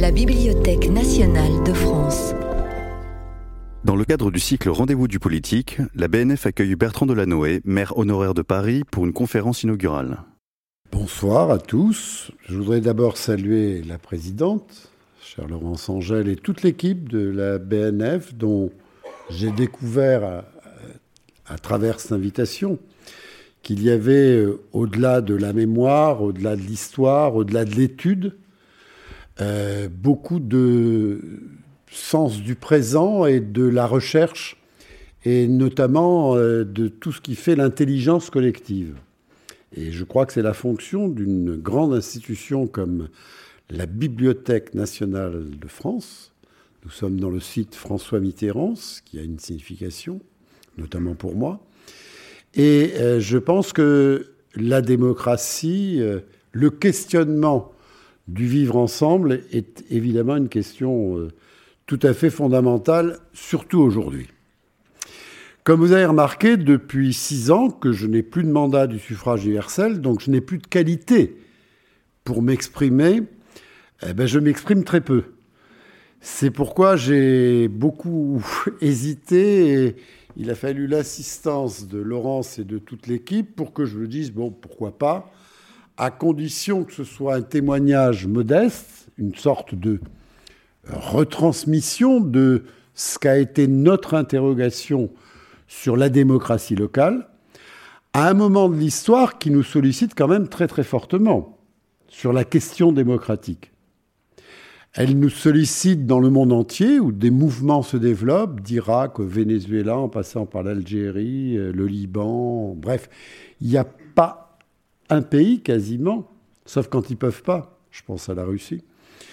la Bibliothèque nationale de France. Dans le cadre du cycle Rendez-vous du politique, la BNF accueille Bertrand Delanoë, maire honoraire de Paris, pour une conférence inaugurale. Bonsoir à tous. Je voudrais d'abord saluer la présidente, chère Laurence Angèle, et toute l'équipe de la BNF dont j'ai découvert à travers cette invitation qu'il y avait, au-delà de la mémoire, au-delà de l'histoire, au-delà de l'étude, beaucoup de sens du présent et de la recherche, et notamment de tout ce qui fait l'intelligence collective. Et je crois que c'est la fonction d'une grande institution comme la Bibliothèque nationale de France. Nous sommes dans le site François Mitterrand, ce qui a une signification, notamment pour moi. Et je pense que la démocratie, le questionnement du vivre ensemble est évidemment une question tout à fait fondamentale, surtout aujourd'hui. Comme vous avez remarqué, depuis 6 ans que je n'ai plus de mandat du suffrage universel, donc je n'ai plus de qualité pour m'exprimer, je m'exprime très peu. C'est pourquoi j'ai beaucoup hésité et il a fallu l'assistance de Laurence et de toute l'équipe pour que je me dise, pourquoi pas, à condition que ce soit un témoignage modeste, une sorte de retransmission de ce qu'a été notre interrogation sur la démocratie locale, à un moment de l'histoire qui nous sollicite quand même très très fortement sur la question démocratique. Elle nous sollicite dans le monde entier où des mouvements se développent, d'Irak au Venezuela, en passant par l'Algérie, le Liban, bref. Il n'y a pas un pays quasiment, sauf quand ils ne peuvent pas, je pense à la Russie,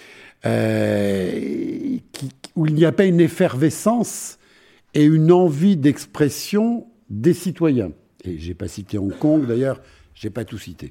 où il n'y a pas une effervescence et une envie d'expression des citoyens. Et je n'ai pas cité Hong Kong, d'ailleurs, je n'ai pas tout cité.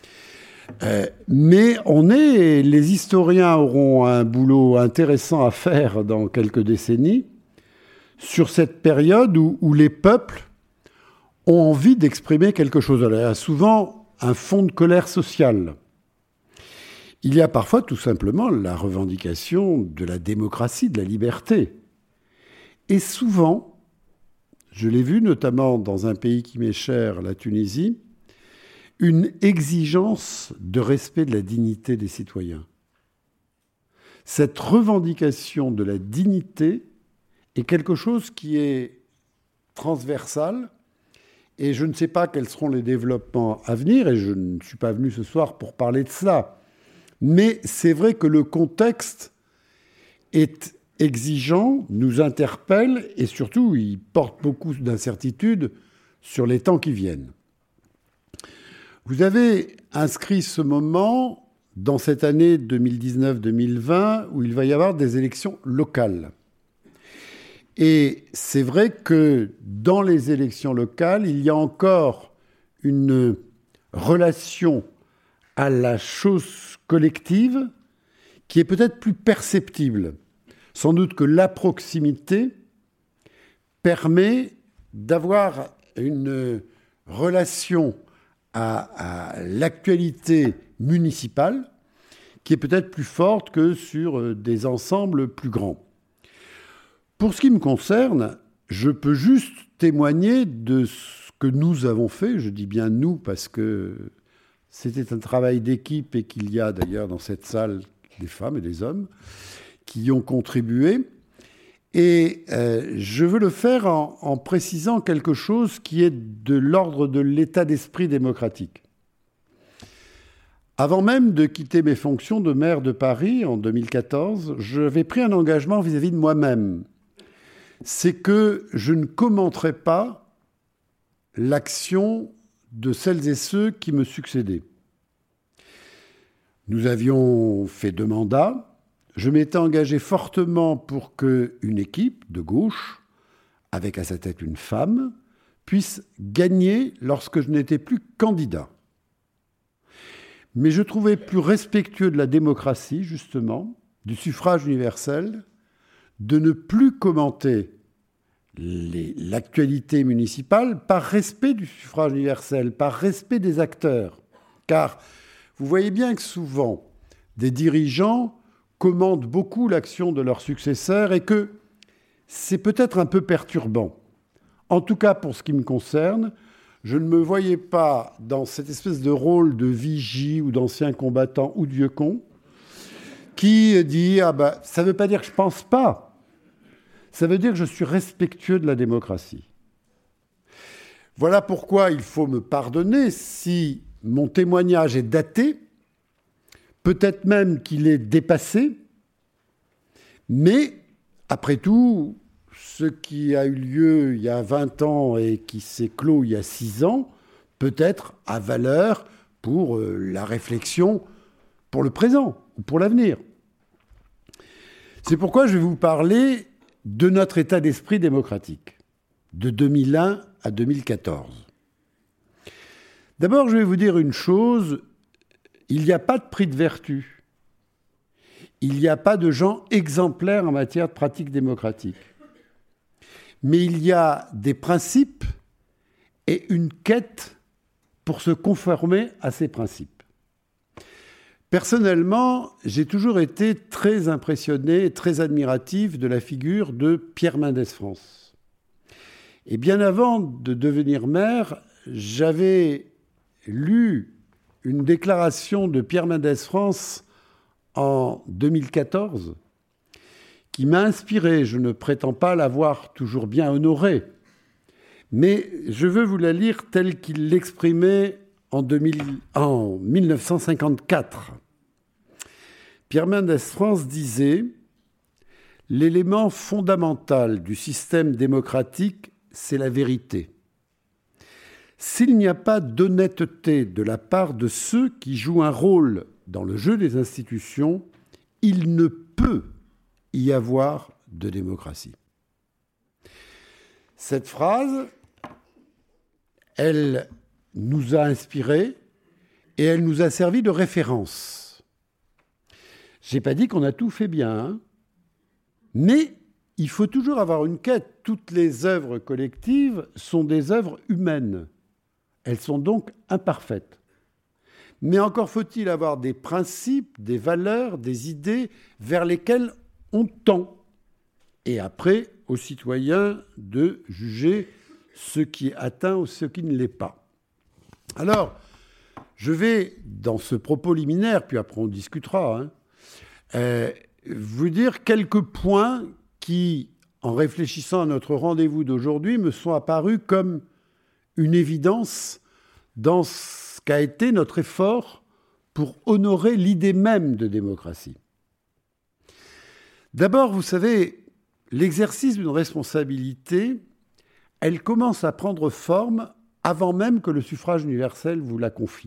Mais les historiens auront un boulot intéressant à faire dans quelques décennies sur cette période où les peuples ont envie d'exprimer quelque chose. Alors, il y a souvent un fond de colère sociale. Il y a parfois tout simplement la revendication de la démocratie, de la liberté. Et souvent, je l'ai vu notamment dans un pays qui m'est cher, la Tunisie, une exigence de respect de la dignité des citoyens. Cette revendication de la dignité est quelque chose qui est transversal et je ne sais pas quels seront les développements à venir et je ne suis pas venu ce soir pour parler de cela. Mais c'est vrai que le contexte est exigeant, nous interpelle et surtout il porte beaucoup d'incertitudes sur les temps qui viennent. Vous avez inscrit ce moment dans cette année 2019-2020 où il va y avoir des élections locales. Et c'est vrai que dans les élections locales, il y a encore une relation à la chose collective qui est peut-être plus perceptible. Sans doute que la proximité permet d'avoir une relation à l'actualité municipale qui est peut-être plus forte que sur des ensembles plus grands. Pour ce qui me concerne, je peux juste témoigner de ce que nous avons fait. Je dis bien nous parce que c'était un travail d'équipe et qu'il y a d'ailleurs dans cette salle des femmes et des hommes qui y ont contribué. Et je veux le faire en précisant quelque chose qui est de l'ordre de l'état d'esprit démocratique. Avant même de quitter mes fonctions de maire de Paris en 2014, j'avais pris un engagement vis-à-vis de moi-même. C'est que je ne commenterai pas l'action de celles et ceux qui me succédaient. Nous avions fait 2 mandats. Je m'étais engagé fortement pour qu'une équipe de gauche, avec à sa tête une femme, puisse gagner lorsque je n'étais plus candidat. Mais je trouvais plus respectueux de la démocratie, justement, du suffrage universel, de ne plus commenter l'actualité municipale par respect du suffrage universel, par respect des acteurs. Car vous voyez bien que souvent, des dirigeants commandent beaucoup l'action de leurs successeurs et que c'est peut-être un peu perturbant. En tout cas, pour ce qui me concerne, je ne me voyais pas dans cette espèce de rôle de vigie ou d'ancien combattant ou de vieux con qui dit « Ah ben, ça ne veut pas dire que je ne pense pas. Ça veut dire que je suis respectueux de la démocratie. » Voilà pourquoi il faut me pardonner si mon témoignage est daté, peut-être même qu'il est dépassé, mais après tout, ce qui a eu lieu il y a 20 ans et qui s'est clos il y a 6 ans, peut-être a valeur pour la réflexion pour le présent ou pour l'avenir. C'est pourquoi je vais vous parler de notre état d'esprit démocratique, de 2001 à 2014. D'abord, je vais vous dire une chose, il n'y a pas de prix de vertu. Il n'y a pas de gens exemplaires en matière de pratique démocratique. Mais il y a des principes et une quête pour se conformer à ces principes. Personnellement, j'ai toujours été très impressionné et très admiratif de la figure de Pierre Mendès France. Et bien avant de devenir maire, j'avais lu une déclaration de Pierre Mendès France en 2014 qui m'a inspiré. Je ne prétends pas l'avoir toujours bien honorée, mais je veux vous la lire telle qu'il l'exprimait en 1954. Pierre Mendès France disait « L'élément fondamental du système démocratique, c'est la vérité. S'il n'y a pas d'honnêteté de la part de ceux qui jouent un rôle dans le jeu des institutions, il ne peut y avoir de démocratie. » Cette phrase, elle nous a inspirés et elle nous a servi de référence. Je n'ai pas dit qu'on a tout fait bien, hein, mais il faut toujours avoir une quête. Toutes les œuvres collectives sont des œuvres humaines. Elles sont donc imparfaites. Mais encore faut-il avoir des principes, des valeurs, des idées vers lesquelles on tend. Et après, aux citoyens de juger ce qui est atteint ou ce qui ne l'est pas. Alors, je vais, dans ce propos liminaire, puis après on discutera, vous dire quelques points qui, en réfléchissant à notre rendez-vous d'aujourd'hui, me sont apparus comme une évidence dans ce qu'a été notre effort pour honorer l'idée même de démocratie. D'abord, vous savez, l'exercice d'une responsabilité, elle commence à prendre forme avant même que le suffrage universel vous la confie.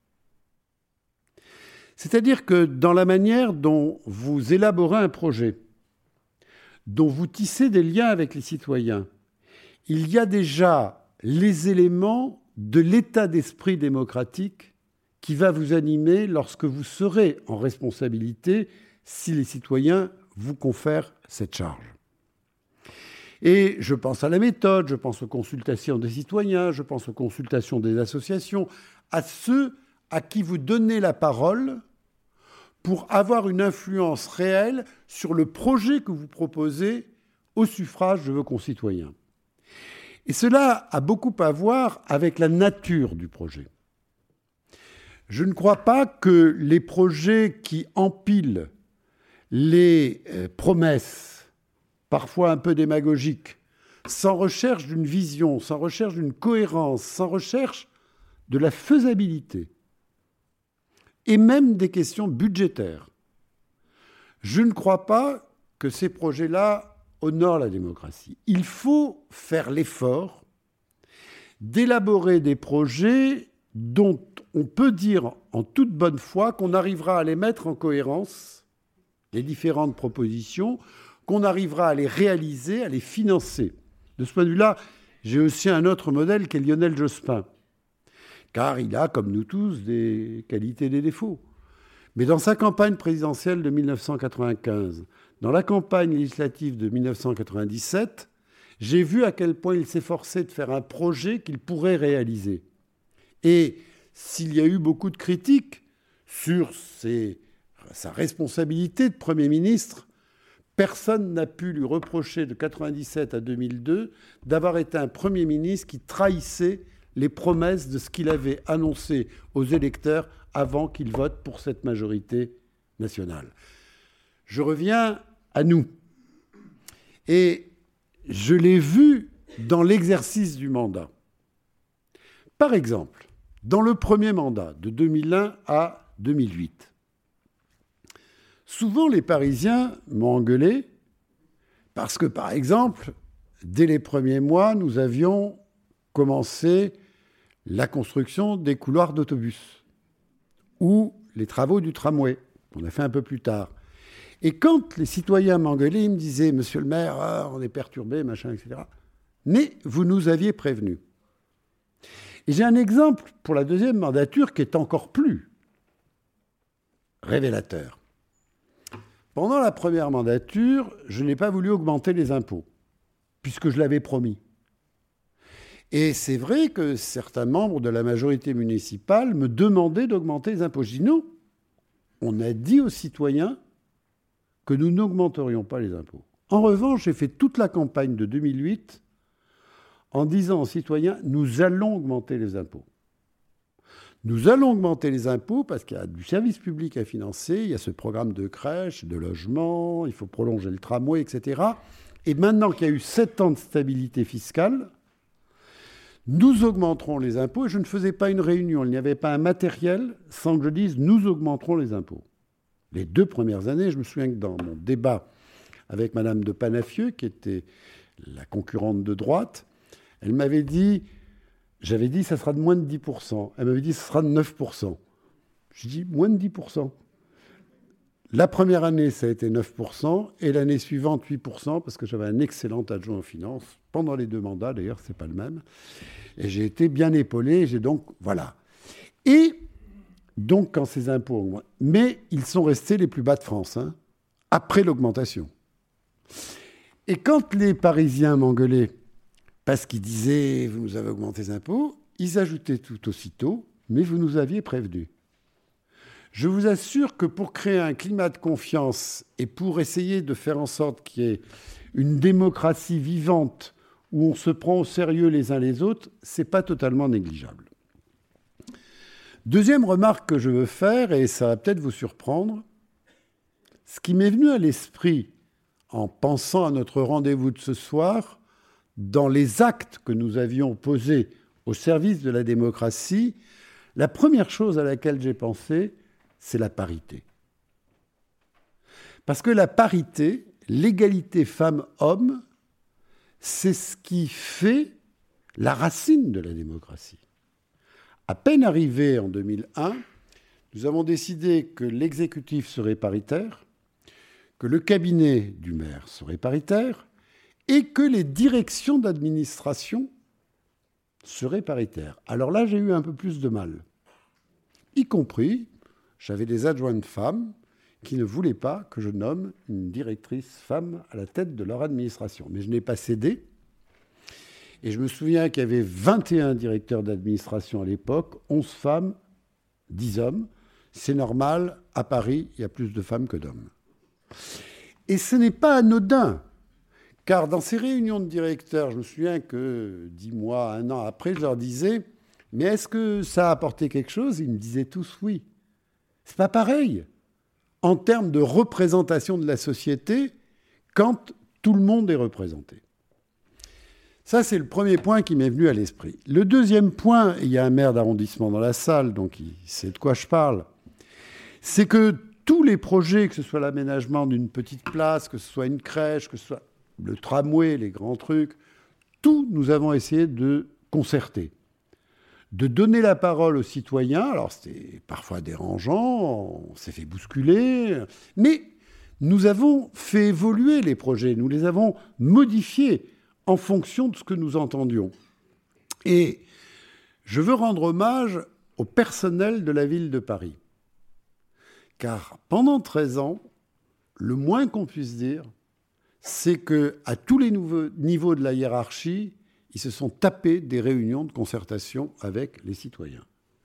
C'est-à-dire que dans la manière dont vous élaborez un projet, dont vous tissez des liens avec les citoyens, il y a déjà les éléments de l'état d'esprit démocratique qui va vous animer lorsque vous serez en responsabilité si les citoyens vous confèrent cette charge. Et je pense à la méthode, je pense aux consultations des citoyens, je pense aux consultations des associations, à ceux à qui vous donnez la parole pour avoir une influence réelle sur le projet que vous proposez au suffrage de vos concitoyens. Et cela a beaucoup à voir avec la nature du projet. Je ne crois pas que les projets qui empilent les promesses, parfois un peu démagogiques, sans recherche d'une vision, sans recherche d'une cohérence, sans recherche de la faisabilité, et même des questions budgétaires. Je ne crois pas que ces projets-là honorent la démocratie. Il faut faire l'effort d'élaborer des projets dont on peut dire en toute bonne foi qu'on arrivera à les mettre en cohérence, les différentes propositions, qu'on arrivera à les réaliser, à les financer. De ce point de vue-là, j'ai aussi un autre modèle qui est Lionel Jospin, car il a, comme nous tous, des qualités et des défauts. Mais dans sa campagne présidentielle de 1995, dans la campagne législative de 1997, j'ai vu à quel point il s'efforçait de faire un projet qu'il pourrait réaliser. Et s'il y a eu beaucoup de critiques sur sa responsabilité de Premier ministre, personne n'a pu lui reprocher de 1997 à 2002 d'avoir été un Premier ministre qui trahissait les promesses de ce qu'il avait annoncé aux électeurs avant qu'ils votent pour cette majorité nationale. Je reviens à nous. Et je l'ai vu dans l'exercice du mandat. Par exemple, dans le premier mandat, de 2001 à 2008, souvent les Parisiens m'ont engueulé parce que, par exemple, dès les premiers mois, nous avions commencé la construction des couloirs d'autobus ou les travaux du tramway, qu'on a fait un peu plus tard. Et quand les citoyens m'engueulaient, ils me disaient « Monsieur le maire, on est perturbé, machin, etc. » Mais vous nous aviez prévenus. Et j'ai un exemple pour la deuxième mandature qui est encore plus révélateur. Pendant la première mandature, je n'ai pas voulu augmenter les impôts, puisque je l'avais promis. Et c'est vrai que certains membres de la majorité municipale me demandaient d'augmenter les impôts. Je dis non, on a dit aux citoyens que nous n'augmenterions pas les impôts. En revanche, j'ai fait toute la campagne de 2008 en disant aux citoyens, nous allons augmenter les impôts. Nous allons augmenter les impôts parce qu'il y a du service public à financer, il y a ce programme de crèche, de logement, il faut prolonger le tramway, etc. Et maintenant qu'il y a eu 7 ans de stabilité fiscale, nous augmenterons les impôts. Et je ne faisais pas une réunion, il n'y avait pas un matériel sans que je dise, nous augmenterons les impôts. Les 2 premières années, je me souviens que dans mon débat avec Madame de Panafieux, qui était la concurrente de droite, elle m'avait dit, j'avais dit, ça sera de moins de 10%. Elle m'avait dit, ça sera de 9%. Je dis, moins de 10%. La première année, ça a été 9%, et l'année suivante, 8%, parce que j'avais un excellent adjoint aux finances. Pendant les 2 mandats, d'ailleurs, c'est pas le même. Et j'ai été bien épaulé, voilà. Et donc, quand ces impôts augmentent, mais ils sont restés les plus bas de France, après l'augmentation. Et quand les Parisiens m'engueulaient, parce qu'ils disaient « vous nous avez augmenté les impôts », ils ajoutaient tout aussitôt « mais vous nous aviez prévenus ». Je vous assure que pour créer un climat de confiance et pour essayer de faire en sorte qu'il y ait une démocratie vivante où on se prend au sérieux les uns les autres, ce n'est pas totalement négligeable. Deuxième remarque que je veux faire, et ça va peut-être vous surprendre, ce qui m'est venu à l'esprit en pensant à notre rendez-vous de ce soir, dans les actes que nous avions posés au service de la démocratie, la première chose à laquelle j'ai pensé, c'est la parité. Parce que la parité, l'égalité femmes-hommes, c'est ce qui fait la racine de la démocratie. À peine arrivé en 2001, nous avons décidé que l'exécutif serait paritaire, que le cabinet du maire serait paritaire, et que les directions d'administration seraient paritaires. Alors là, j'ai eu un peu plus de mal. Y compris, j'avais des adjointes femmes qui ne voulaient pas que je nomme une directrice femme à la tête de leur administration. Mais je n'ai pas cédé. Et je me souviens qu'il y avait 21 directeurs d'administration à l'époque, 11 femmes, 10 hommes. C'est normal, à Paris, il y a plus de femmes que d'hommes. Et ce n'est pas anodin. Car dans ces réunions de directeurs, je me souviens que 10 mois, 1 an après, je leur disais « Mais est-ce que ça a apporté quelque chose ?» Ils me disaient tous « Oui ». C'est pas pareil en termes de représentation de la société quand tout le monde est représenté. Ça, c'est le premier point qui m'est venu à l'esprit. Le deuxième point, il y a un maire d'arrondissement dans la salle, donc il sait de quoi je parle, c'est que tous les projets, que ce soit l'aménagement d'une petite place, que ce soit une crèche, que ce soit le tramway, les grands trucs, tout, nous avons essayé de concerter, de donner la parole aux citoyens. Alors, c'était parfois dérangeant, on s'est fait bousculer, mais nous avons fait évoluer les projets, nous les avons modifiés en fonction de ce que nous entendions. Et je veux rendre hommage au personnel de la ville de Paris. Car pendant 13 ans, le moins qu'on puisse dire, c'est qu'à tous les niveaux de la hiérarchie, ils se sont tapés des réunions de concertation avec les citoyens.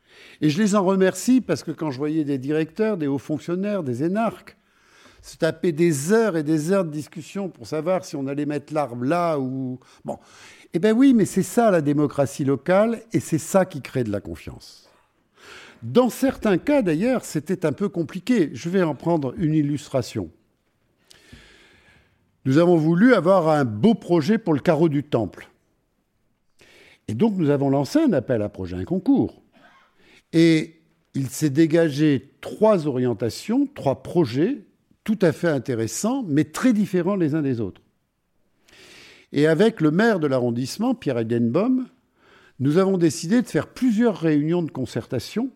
Et je les en remercie parce que quand je voyais des directeurs, des hauts fonctionnaires, des énarques, se taper des heures et des heures de discussion pour savoir si on allait mettre l'arbre là ou... Bon, eh bien oui, mais c'est ça la démocratie locale et c'est ça qui crée de la confiance. Dans certains cas, d'ailleurs, c'était un peu compliqué. Je vais en prendre une illustration. Nous avons voulu avoir un beau projet pour le carreau du Temple. Et donc, nous avons lancé un appel à projet, un concours. Et il s'est dégagé 3 orientations, 3 projets tout à fait intéressants, mais très différents les uns des autres. Et avec le maire de l'arrondissement, Pierre Edenbaum, nous avons décidé de faire plusieurs réunions de concertation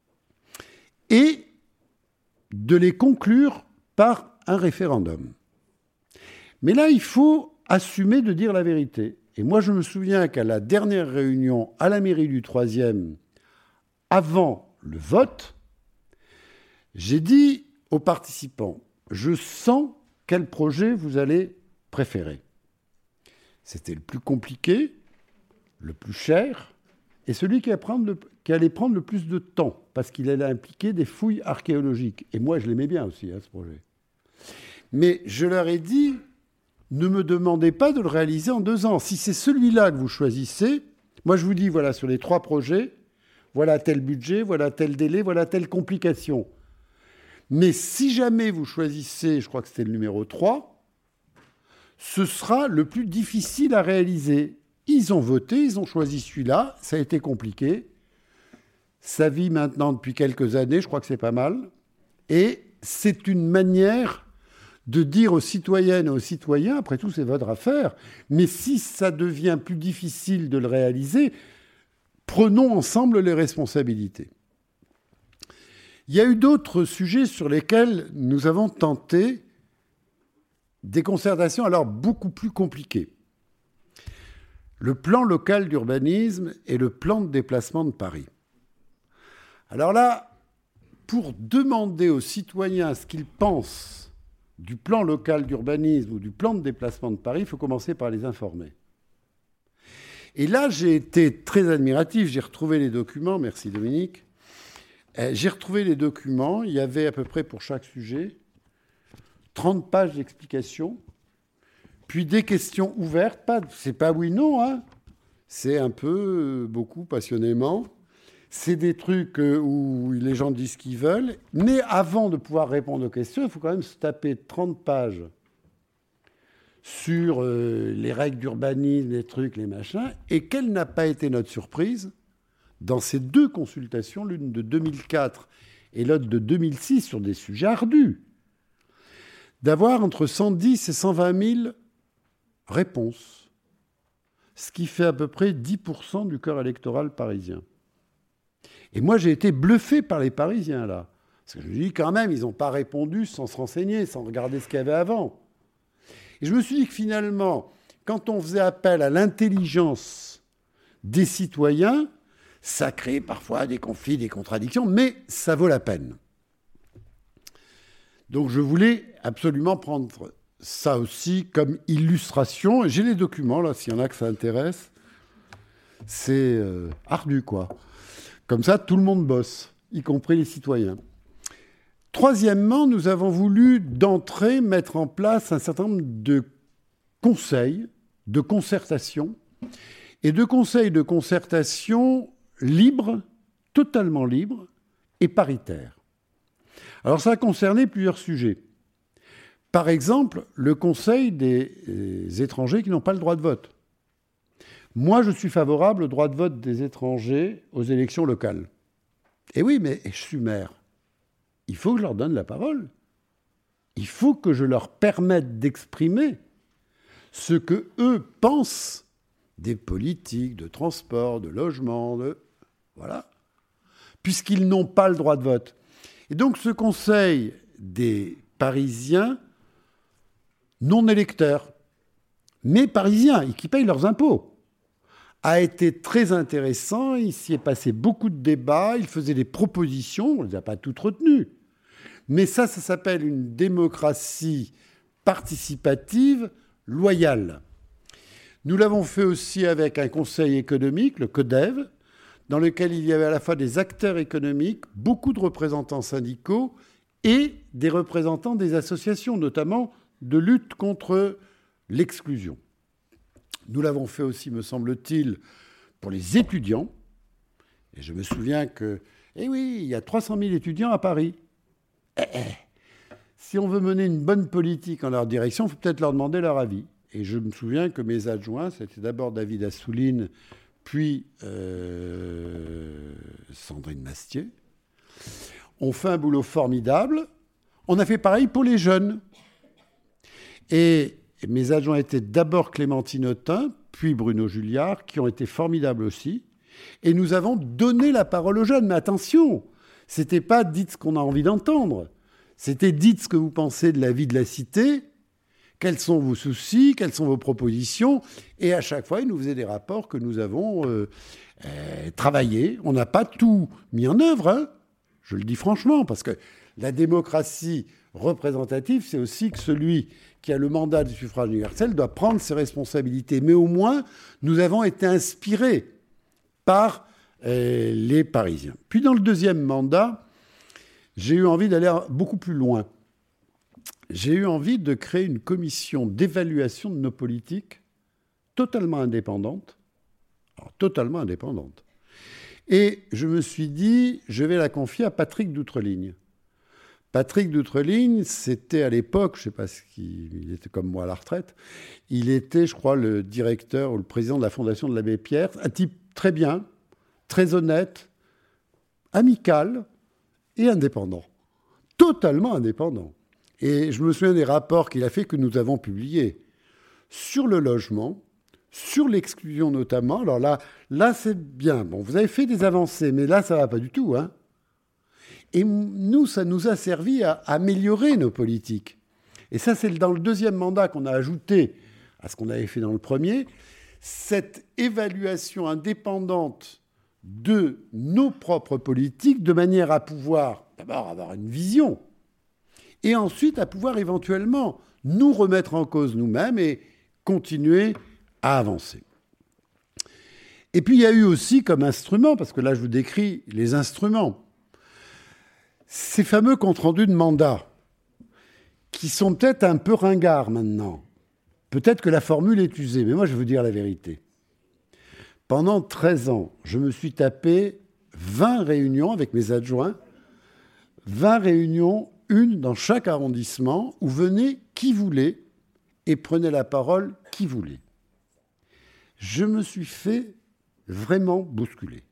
et de les conclure par un référendum. Mais là, il faut assumer de dire la vérité. Et moi, je me souviens qu'à la dernière réunion à la mairie du 3e, avant le vote, j'ai dit aux participants, je sens quel projet vous allez préférer. C'était le plus compliqué, le plus cher, et celui qui allait prendre le plus de temps, parce qu'il allait impliquer des fouilles archéologiques. Et moi, je l'aimais bien aussi, ce projet. Mais je leur ai dit, ne me demandez pas de le réaliser en 2 ans. Si c'est celui-là que vous choisissez, moi je vous dis, voilà, sur les 3 projets, voilà tel budget, voilà tel délai, voilà telle complication. Mais si jamais vous choisissez, je crois que c'était le numéro 3, ce sera le plus difficile à réaliser. Ils ont voté, ils ont choisi celui-là, ça a été compliqué. Ça vit maintenant depuis quelques années, je crois que c'est pas mal. Et c'est une manière de dire aux citoyennes et aux citoyens, après tout c'est votre affaire, mais si ça devient plus difficile de le réaliser, prenons ensemble les responsabilités. Il y a eu d'autres sujets sur lesquels nous avons tenté des concertations alors beaucoup plus compliquées. Le plan local d'urbanisme et le plan de déplacement de Paris. Alors là, pour demander aux citoyens ce qu'ils pensent du plan local d'urbanisme ou du plan de déplacement de Paris, il faut commencer par les informer. Et là, j'ai été très admiratif. J'ai retrouvé les documents. Merci Dominique. J'ai retrouvé les documents. Il y avait à peu près pour chaque sujet 30 pages d'explications, puis des questions ouvertes. C'est pas oui-non, hein. C'est un peu, beaucoup, passionnément. C'est des trucs où les gens disent ce qu'ils veulent. Mais avant de pouvoir répondre aux questions, il faut quand même se taper 30 pages sur les règles d'urbanisme, les trucs, les machins. Et quelle n'a pas été notre surprise dans ces 2 consultations, l'une de 2004 et l'autre de 2006, sur des sujets ardus, d'avoir entre 110 et 120 000 réponses, ce qui fait à peu près 10% du corps électoral parisien. Et moi, j'ai été bluffé par les Parisiens, là. Parce que je me dis, quand même, ils n'ont pas répondu sans se renseigner, sans regarder ce qu'il y avait avant. Et je me suis dit que finalement, quand on faisait appel à l'intelligence des citoyens, ça crée parfois des conflits, des contradictions, mais ça vaut la peine. Donc je voulais absolument prendre ça aussi comme illustration. J'ai les documents, là, s'il y en a que ça intéresse. C'est ardu, quoi. Comme ça, tout le monde bosse, y compris les citoyens. Troisièmement, nous avons voulu d'entrée mettre en place un certain nombre de conseils, de concertation, et de conseils de concertation libres, totalement libres et paritaires. Alors ça a concerné plusieurs sujets. Par exemple, le conseil des étrangers qui n'ont pas le droit de vote. Moi, je suis favorable au droit de vote des étrangers aux élections locales. Et oui, mais je suis maire. Il faut que je leur donne la parole. Il faut que je leur permette d'exprimer ce que eux pensent des politiques, de transport, de logement, voilà, puisqu'ils n'ont pas le droit de vote. Et donc ce conseil des Parisiens non électeurs, mais Parisiens, et qui payent leurs impôts, a été très intéressant. Il s'y est passé beaucoup de débats, il faisait des propositions, on ne les a pas toutes retenues. Mais ça s'appelle une démocratie participative loyale. Nous l'avons fait aussi avec un conseil économique, le CODEV, dans lequel il y avait à la fois des acteurs économiques, beaucoup de représentants syndicaux et des représentants des associations, notamment de lutte contre l'exclusion. Nous l'avons fait aussi, me semble-t-il, pour les étudiants. Et je me souviens que, oui, il y a 300 000 étudiants à Paris. Si on veut mener une bonne politique en leur direction, il faut peut-être leur demander leur avis. Et je me souviens que mes adjoints, c'était d'abord David Assouline, puis Sandrine Mastier, ont fait un boulot formidable. On a fait pareil pour les jeunes. Et mes adjoints étaient d'abord Clémentine Autain, puis Bruno Julliard, qui ont été formidables aussi. Et nous avons donné la parole aux jeunes. Mais attention, c'était pas dites ce qu'on a envie d'entendre. C'était dites ce que vous pensez de la vie de la cité, quels sont vos soucis, quelles sont vos propositions. Et à chaque fois, ils nous faisaient des rapports que nous avons travaillés. On n'a pas tout mis en œuvre, hein, je le dis franchement, parce que la démocratie représentative, c'est aussi que celui qui a le mandat du suffrage universel doit prendre ses responsabilités. Mais au moins, nous avons été inspirés par les Parisiens. Puis dans le deuxième mandat, j'ai eu envie d'aller beaucoup plus loin. J'ai eu envie de créer une commission d'évaluation de nos politiques totalement indépendante. Alors, totalement indépendante. Et je me suis dit, je vais la confier à Patrick d'Outreligne. Patrick d'Outreligne, c'était à l'époque, je ne sais pas il était comme moi à la retraite, il était, je crois, le directeur ou le président de la Fondation de l'Abbé Pierre, un type très bien, très honnête, amical et indépendant. Totalement indépendant. Et je me souviens des rapports qu'il a fait que nous avons publiés sur le logement, sur l'exclusion notamment. Alors là c'est bien. Bon, vous avez fait des avancées, mais là, ça ne va pas du tout, hein. Et nous, ça nous a servi à améliorer nos politiques. Et ça, c'est dans le deuxième mandat qu'on a ajouté à ce qu'on avait fait dans le premier, cette évaluation indépendante de nos propres politiques, de manière à pouvoir d'abord avoir une vision, et ensuite à pouvoir éventuellement nous remettre en cause nous-mêmes et continuer à avancer. Et puis il y a eu aussi comme instrument, parce que là je vous décris les instruments, ces fameux comptes rendus de mandat, qui sont peut-être un peu ringards maintenant. Peut-être que la formule est usée, mais moi je vais vous dire la vérité. Pendant 13 ans, je me suis tapé 20 réunions avec mes adjoints, 20 réunions, une dans chaque arrondissement, où venait qui voulait et prenait la parole qui voulait. Je me suis fait vraiment bousculer.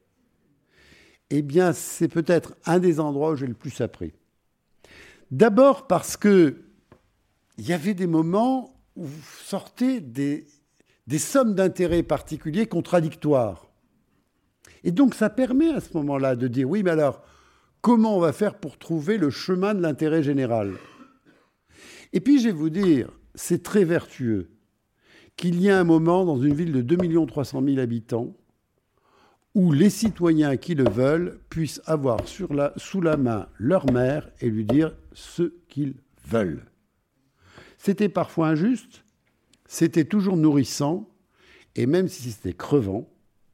Eh bien, c'est peut-être un des endroits où j'ai le plus appris. D'abord parce qu'il y avait des moments où sortaient des sommes d'intérêts particuliers contradictoires. Et donc, ça permet à ce moment-là de dire, oui, mais alors, comment on va faire pour trouver le chemin de l'intérêt général ? Et puis, je vais vous dire, c'est très vertueux qu'il y ait un moment dans une ville de 2 300 000 habitants où les citoyens qui le veulent puissent avoir sous la main leur maire et lui dire ce qu'ils veulent. C'était parfois injuste, c'était toujours nourrissant, et même si c'était crevant,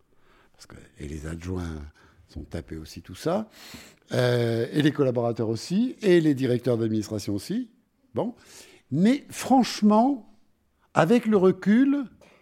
et les adjoints sont tapés aussi tout ça, et les collaborateurs aussi, et les directeurs d'administration aussi, bon. Mais franchement, avec le recul,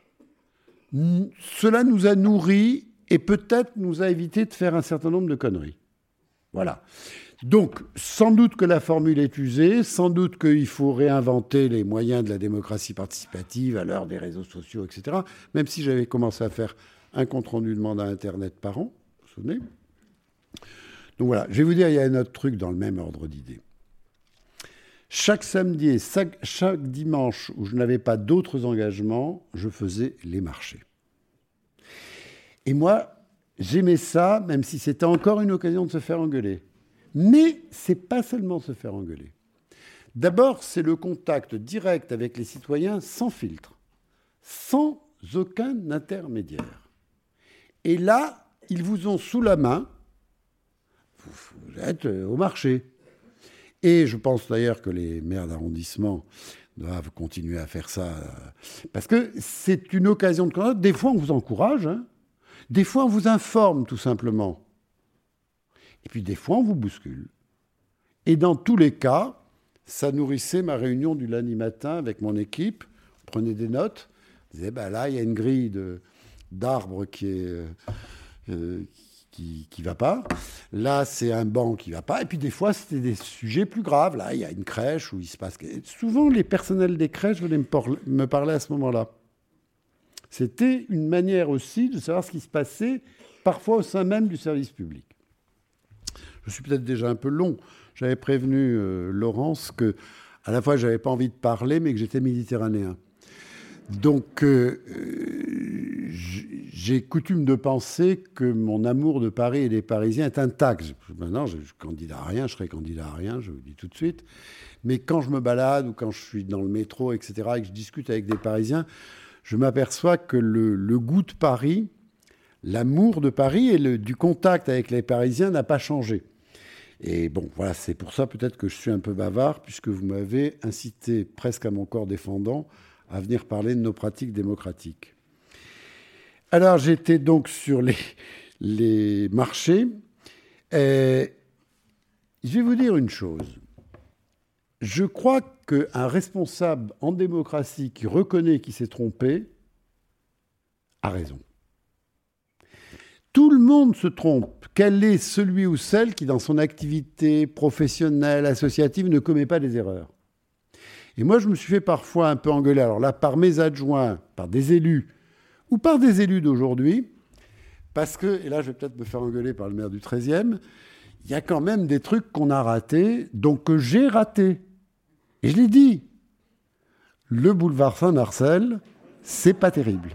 cela nous a nourris et peut-être nous a évité de faire un certain nombre de conneries. Voilà. Donc, sans doute que la formule est usée, sans doute qu'il faut réinventer les moyens de la démocratie participative à l'heure des réseaux sociaux, etc. Même si j'avais commencé à faire un compte-rendu de mandat Internet par an, vous vous souvenez ? Donc voilà, je vais vous dire, il y a un autre truc dans le même ordre d'idées. Chaque samedi et chaque dimanche où je n'avais pas d'autres engagements, je faisais les marchés. Et moi, j'aimais ça, même si c'était encore une occasion de se faire engueuler. Mais ce n'est pas seulement se faire engueuler. D'abord, c'est le contact direct avec les citoyens sans filtre, sans aucun intermédiaire. Et là, ils vous ont sous la main, vous êtes au marché. Et je pense d'ailleurs que les maires d'arrondissement doivent continuer à faire ça, parce que c'est une occasion de contact. Des fois, on vous encourage, hein. Des fois, on vous informe, tout simplement. Et puis, des fois, on vous bouscule. Et dans tous les cas, ça nourrissait ma réunion du lundi matin avec mon équipe. On prenait des notes. On disait, là, il y a une grille d'arbres qui va pas. Là, c'est un banc qui va pas. Et puis, des fois, c'était des sujets plus graves. Là, il y a une crèche où il se passe... Souvent, les personnels des crèches venaient me parler à ce moment-là. C'était une manière aussi de savoir ce qui se passait, parfois au sein même du service public. Je suis peut-être déjà un peu long. J'avais prévenu Laurence que, à la fois, j'avais pas envie de parler, mais que j'étais méditerranéen. Donc, j'ai coutume de penser que mon amour de Paris et des Parisiens est intact. Maintenant, je candidat à rien, je serai candidat à rien, je vous le dis tout de suite. Mais quand je me balade ou quand je suis dans le métro, etc., et que je discute avec des Parisiens, je m'aperçois que le goût de Paris, l'amour de Paris et du contact avec les Parisiens n'a pas changé. Et bon, voilà, c'est pour ça peut-être que je suis un peu bavard, puisque vous m'avez incité presque à mon corps défendant à venir parler de nos pratiques démocratiques. Alors, j'étais donc sur les marchés. Je vais vous dire une chose. Je crois qu'un responsable en démocratie qui reconnaît qu'il s'est trompé a raison. Tout le monde se trompe. Quel est celui ou celle qui, dans son activité professionnelle, associative, ne commet pas des erreurs ? Et moi, je me suis fait parfois un peu engueuler. Alors là, par mes adjoints, par des élus, ou par des élus d'aujourd'hui, parce que, et là, je vais peut-être me faire engueuler par le maire du 13e, il y a quand même des trucs qu'on a ratés, donc que j'ai ratés. Et je l'ai dit. Le boulevard Saint-Marcel, c'est pas terrible.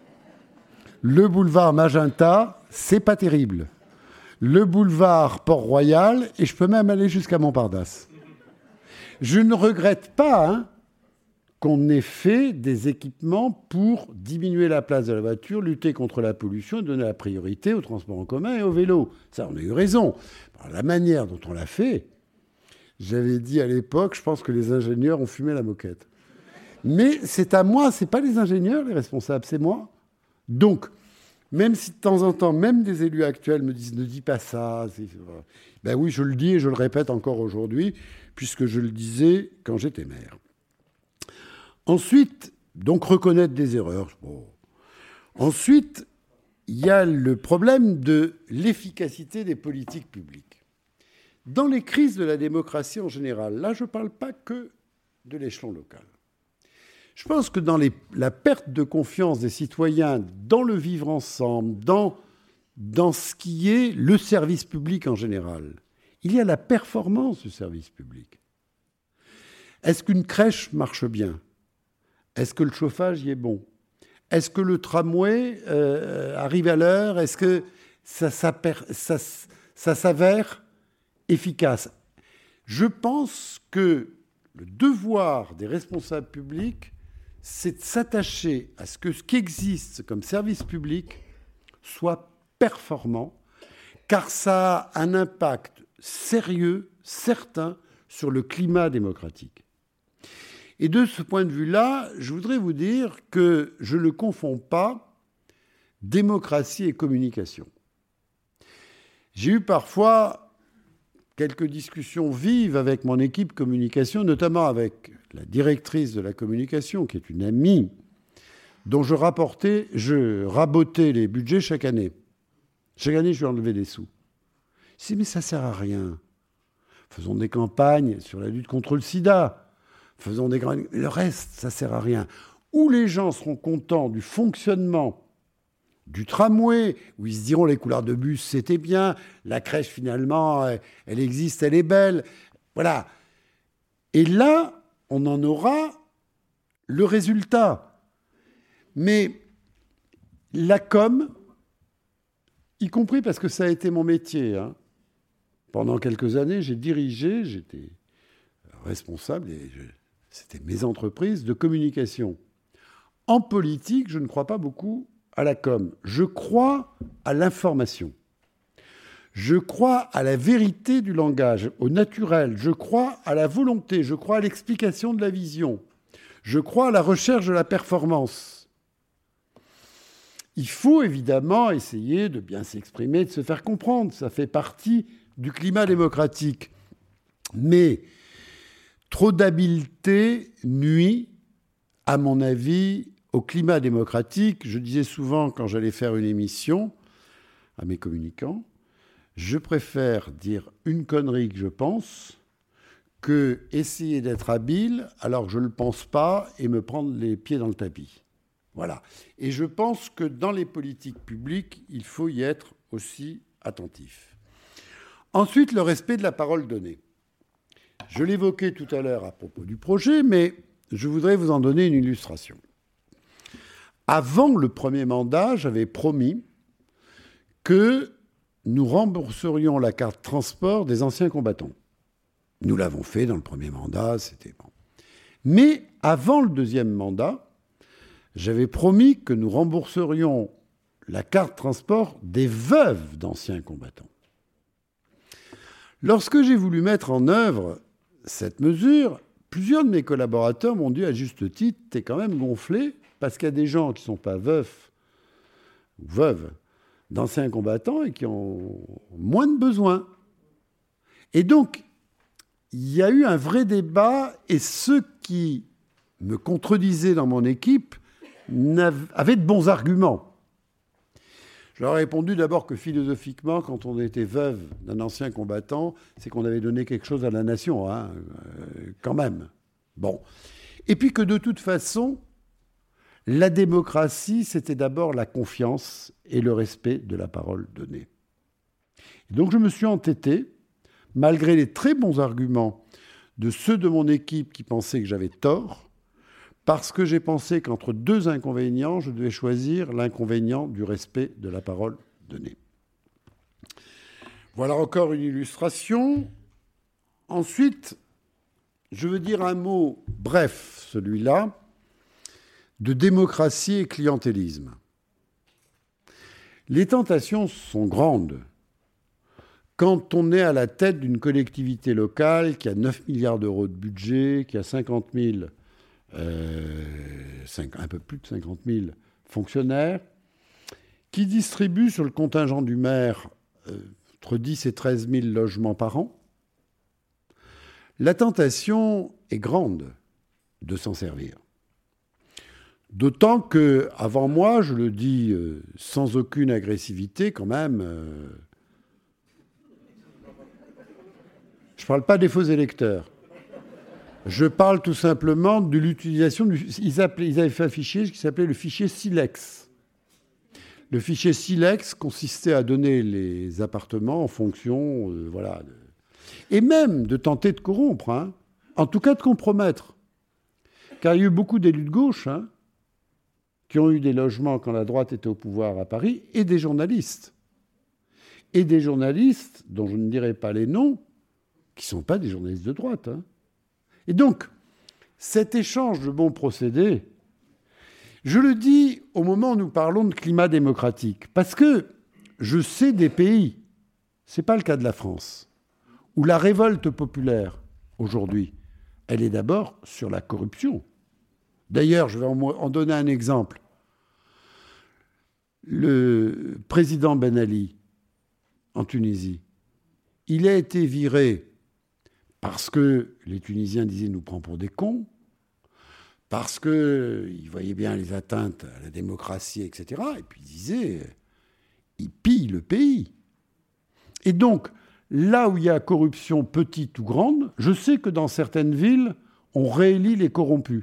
Le boulevard Magenta, c'est pas terrible. Le boulevard Port-Royal, et je peux même aller jusqu'à Montparnasse. Je ne regrette pas qu'on ait fait des équipements pour diminuer la place de la voiture, lutter contre la pollution et donner la priorité au transport en commun et au vélo. Ça, on a eu raison. Par la manière dont on l'a fait, j'avais dit à l'époque, je pense que les ingénieurs ont fumé la moquette. Mais c'est à moi, c'est pas les ingénieurs les responsables, c'est moi. Donc, même si de temps en temps, même des élus actuels me disent « ne dis pas ça », ben oui, je le dis et je le répète encore aujourd'hui, puisque je le disais quand j'étais maire. Ensuite, donc reconnaître des erreurs. Bon. Ensuite, il y a le problème de l'efficacité des politiques publiques. Dans les crises de la démocratie en général, là, je ne parle pas que de l'échelon local. Je pense que dans la perte de confiance des citoyens dans le vivre ensemble, dans ce qui est le service public en général, il y a la performance du service public. Est-ce qu'une crèche marche bien ? Est-ce que le chauffage y est bon ? Est-ce que le tramway arrive à l'heure ? Est-ce que ça s'avère efficace ? Je pense que le devoir des responsables publics, c'est de s'attacher à ce que ce qui existe comme service public soit performant, car ça a un impact sérieux, certain, sur le climat démocratique. Et de ce point de vue-là, je voudrais vous dire que je ne confonds pas démocratie et communication. J'ai eu parfois quelques discussions vives avec mon équipe communication, notamment avec la directrice de la communication, qui est une amie, dont je rabotais les budgets chaque année. Chaque année, je lui enlevais des sous. Je dis, mais ça ne sert à rien. Faisons des campagnes sur la lutte contre le sida. Faisons des grandes... Le reste, ça ne sert à rien. Où les gens seront contents du fonctionnement du tramway, où ils se diront les couleurs de bus, c'était bien, la crèche, finalement, elle existe, elle est belle. Voilà. Et là, on en aura le résultat. Mais la com, y compris parce que ça a été mon métier, pendant quelques années, j'étais responsable, et c'était mes entreprises de communication. En politique, je ne crois pas beaucoup à la com. Je crois à l'information. Je crois à la vérité du langage, au naturel. Je crois à la volonté. Je crois à l'explication de la vision. Je crois à la recherche de la performance. il faut évidemment essayer de bien s'exprimer, de se faire comprendre. Ça fait partie du climat démocratique. Mais trop d'habileté nuit, à mon avis, au climat démocratique. Je disais souvent, quand j'allais faire une émission à mes communicants, je préfère dire une connerie que je pense que essayer d'être habile alors que je ne le pense pas et me prendre les pieds dans le tapis. Voilà. Et je pense que dans les politiques publiques, il faut y être aussi attentif. Ensuite, le respect de la parole donnée. Je l'évoquais tout à l'heure à propos du projet, mais je voudrais vous en donner une illustration. Avant le premier mandat, j'avais promis que nous rembourserions la carte transport des anciens combattants. Nous l'avons fait dans le premier mandat, c'était bon. Mais avant le deuxième mandat, j'avais promis que nous rembourserions la carte transport des veuves d'anciens combattants. Lorsque j'ai voulu mettre en œuvre cette mesure, plusieurs de mes collaborateurs m'ont dit à juste titre, t'es quand même gonflé, parce qu'il y a des gens qui ne sont pas veufs ou veuves d'anciens combattants et qui ont moins de besoins. Et donc, il y a eu un vrai débat et ceux qui me contredisaient dans mon équipe avaient de bons arguments. Je leur ai répondu d'abord que philosophiquement, quand on était veuve d'un ancien combattant, c'est qu'on avait donné quelque chose à la nation, quand même. Bon. Et puis que de toute façon, la démocratie, c'était d'abord la confiance et le respect de la parole donnée. Et donc je me suis entêté, malgré les très bons arguments de ceux de mon équipe qui pensaient que j'avais tort, parce que j'ai pensé qu'entre deux inconvénients, je devais choisir l'inconvénient du respect de la parole donnée. Voilà encore une illustration. Ensuite, je veux dire un mot bref, celui-là, de démocratie et clientélisme. Les tentations sont grandes. Quand on est à la tête d'une collectivité locale qui a 9 milliards d'euros de budget, qui a 50 000, un peu plus de 50 000 fonctionnaires, qui distribue sur le contingent du maire entre 10 et 13 000 logements par an, la tentation est grande de s'en servir. D'autant que, avant moi, je le dis sans aucune agressivité quand même, je ne parle pas des faux électeurs. Je parle tout simplement de l'utilisation ils avaient fait un fichier qui s'appelait le fichier Silex. Le fichier Silex consistait à donner les appartements en fonction, voilà, et même de tenter de corrompre, en tout cas de compromettre. Car il y a eu beaucoup d'élus de gauche qui ont eu des logements quand la droite était au pouvoir à Paris, et des journalistes. Et des journalistes, dont je ne dirai pas les noms, qui ne sont pas des journalistes de droite. Et donc, cet échange de bons procédés, je le dis au moment où nous parlons de climat démocratique, parce que je sais des pays, ce n'est pas le cas de la France, où la révolte populaire, aujourd'hui, elle est d'abord sur la corruption. D'ailleurs, je vais en donner un exemple. Le président Ben Ali, en Tunisie, il a été viré parce que les Tunisiens disaient « nous prend pour des cons », parce qu'ils voyaient bien les atteintes à la démocratie, etc. Et puis ils disaient « il pille le pays ». Et donc, là où il y a corruption petite ou grande, je sais que dans certaines villes, on réélit les corrompus.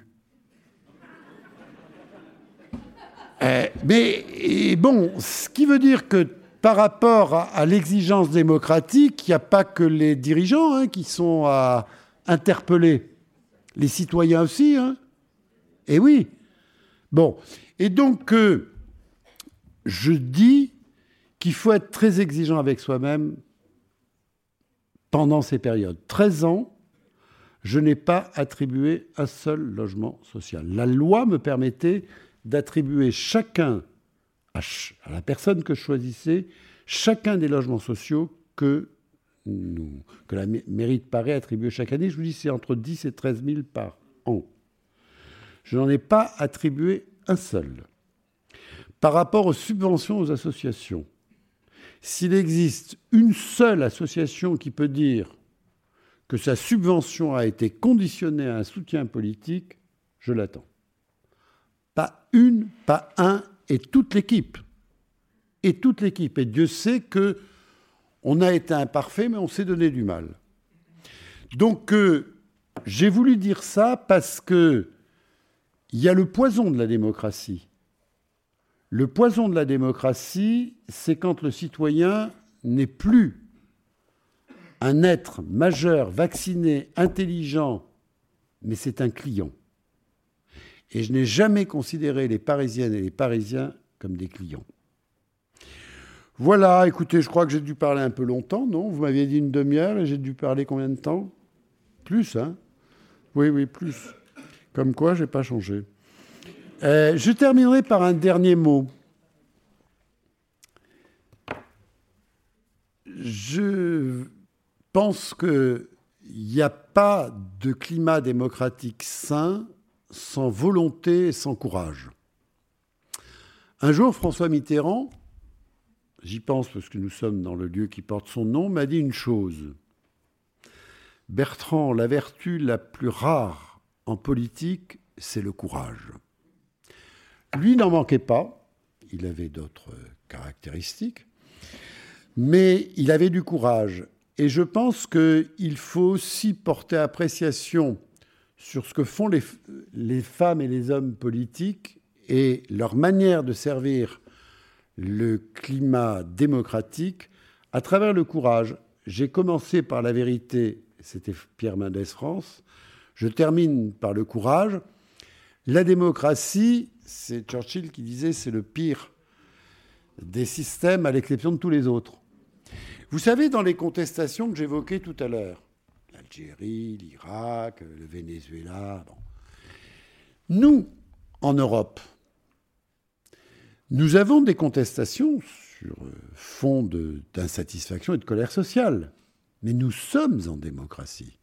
Mais bon, ce qui veut dire que par rapport à l'exigence démocratique, il n'y a pas que les dirigeants qui sont à interpeller. Les citoyens aussi. Et oui. Bon. Et donc, je dis qu'il faut être très exigeant avec soi-même pendant ces périodes. 13 ans, je n'ai pas attribué un seul logement social. La loi me permettait d'attribuer chacun, à la personne que je choisissais, chacun des logements sociaux que la mairie de Paris attribuait chaque année. Je vous dis, c'est entre 10 et 13 000 par an. Je n'en ai pas attribué un seul. par rapport aux subventions aux associations. S'il existe une seule association qui peut dire que sa subvention a été conditionnée à un soutien politique, je l'attends. Pas une, pas un, et toute l'équipe. Et toute l'équipe. Et Dieu sait qu'on a été imparfait, mais on s'est donné du mal. Donc, j'ai voulu dire ça parce qu'il y a le poison de la démocratie. Le poison de la démocratie, c'est quand le citoyen n'est plus un être majeur, vacciné, intelligent, mais c'est un client. Et je n'ai jamais considéré les Parisiennes et les Parisiens comme des clients. Voilà, écoutez, je crois que j'ai dû parler un peu longtemps, non ? Vous m'aviez dit une demi-heure et j'ai dû parler combien de temps ? Plus, hein ? Oui, plus. Comme quoi, je n'ai pas changé. Je terminerai par un dernier mot. Je pense qu'il n'y a pas de climat démocratique sain sans volonté et sans courage. Un jour, François Mitterrand, j'y pense parce que nous sommes dans le lieu qui porte son nom, m'a dit une chose. Bertrand, la vertu la plus rare en politique, c'est le courage. Lui n'en manquait pas, il avait d'autres caractéristiques, mais il avait du courage. Et je pense qu'il faut aussi porter appréciation sur ce que font les femmes et les hommes politiques et leur manière de servir le climat démocratique à travers le courage. J'ai commencé par la vérité, c'était Pierre Mendès France, je termine par le courage. La démocratie, c'est Churchill qui disait, c'est le pire des systèmes à l'exception de tous les autres. Vous savez, dans les contestations que j'évoquais tout à l'heure, l'Algérie, l'Irak, le Venezuela, nous, en Europe, nous avons des contestations sur fond d'insatisfaction et de colère sociale. Mais nous sommes en démocratie.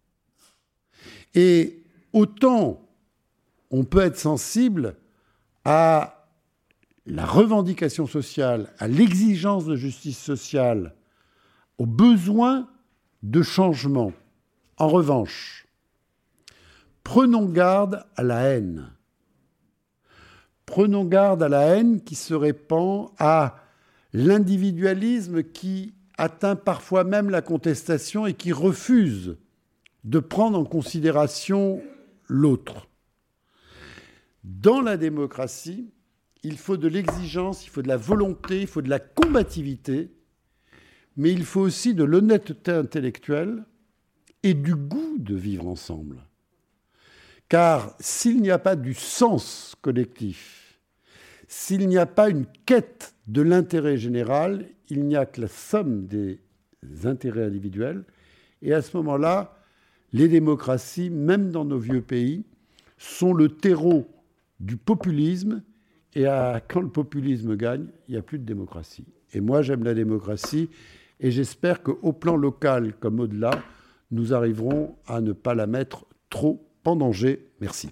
Et autant on peut être sensible à la revendication sociale, à l'exigence de justice sociale, au besoin de changement. En revanche, prenons garde à la haine. Prenons garde à la haine qui se répand, à l'individualisme qui atteint parfois même la contestation et qui refuse de prendre en considération l'autre. Dans la démocratie, il faut de l'exigence, il faut de la volonté, il faut de la combativité, mais il faut aussi de l'honnêteté intellectuelle et du goût de vivre ensemble. Car s'il n'y a pas du sens collectif, s'il n'y a pas une quête de l'intérêt général, il n'y a que la somme des intérêts individuels. Et à ce moment-là, les démocraties, même dans nos vieux pays, sont le terreau du populisme. Et quand le populisme gagne, il n'y a plus de démocratie. Et moi, j'aime la démocratie. Et j'espère qu'au plan local comme au-delà, nous arriverons à ne pas la mettre trop en danger. Merci.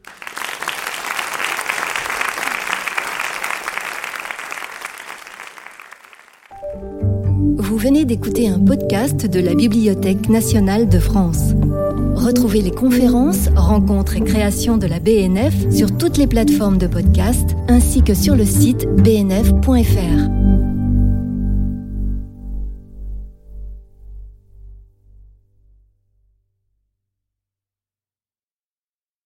Vous venez d'écouter un podcast de la Bibliothèque nationale de France. Retrouvez les conférences, rencontres et créations de la BNF sur toutes les plateformes de podcast ainsi que sur le site bnf.fr.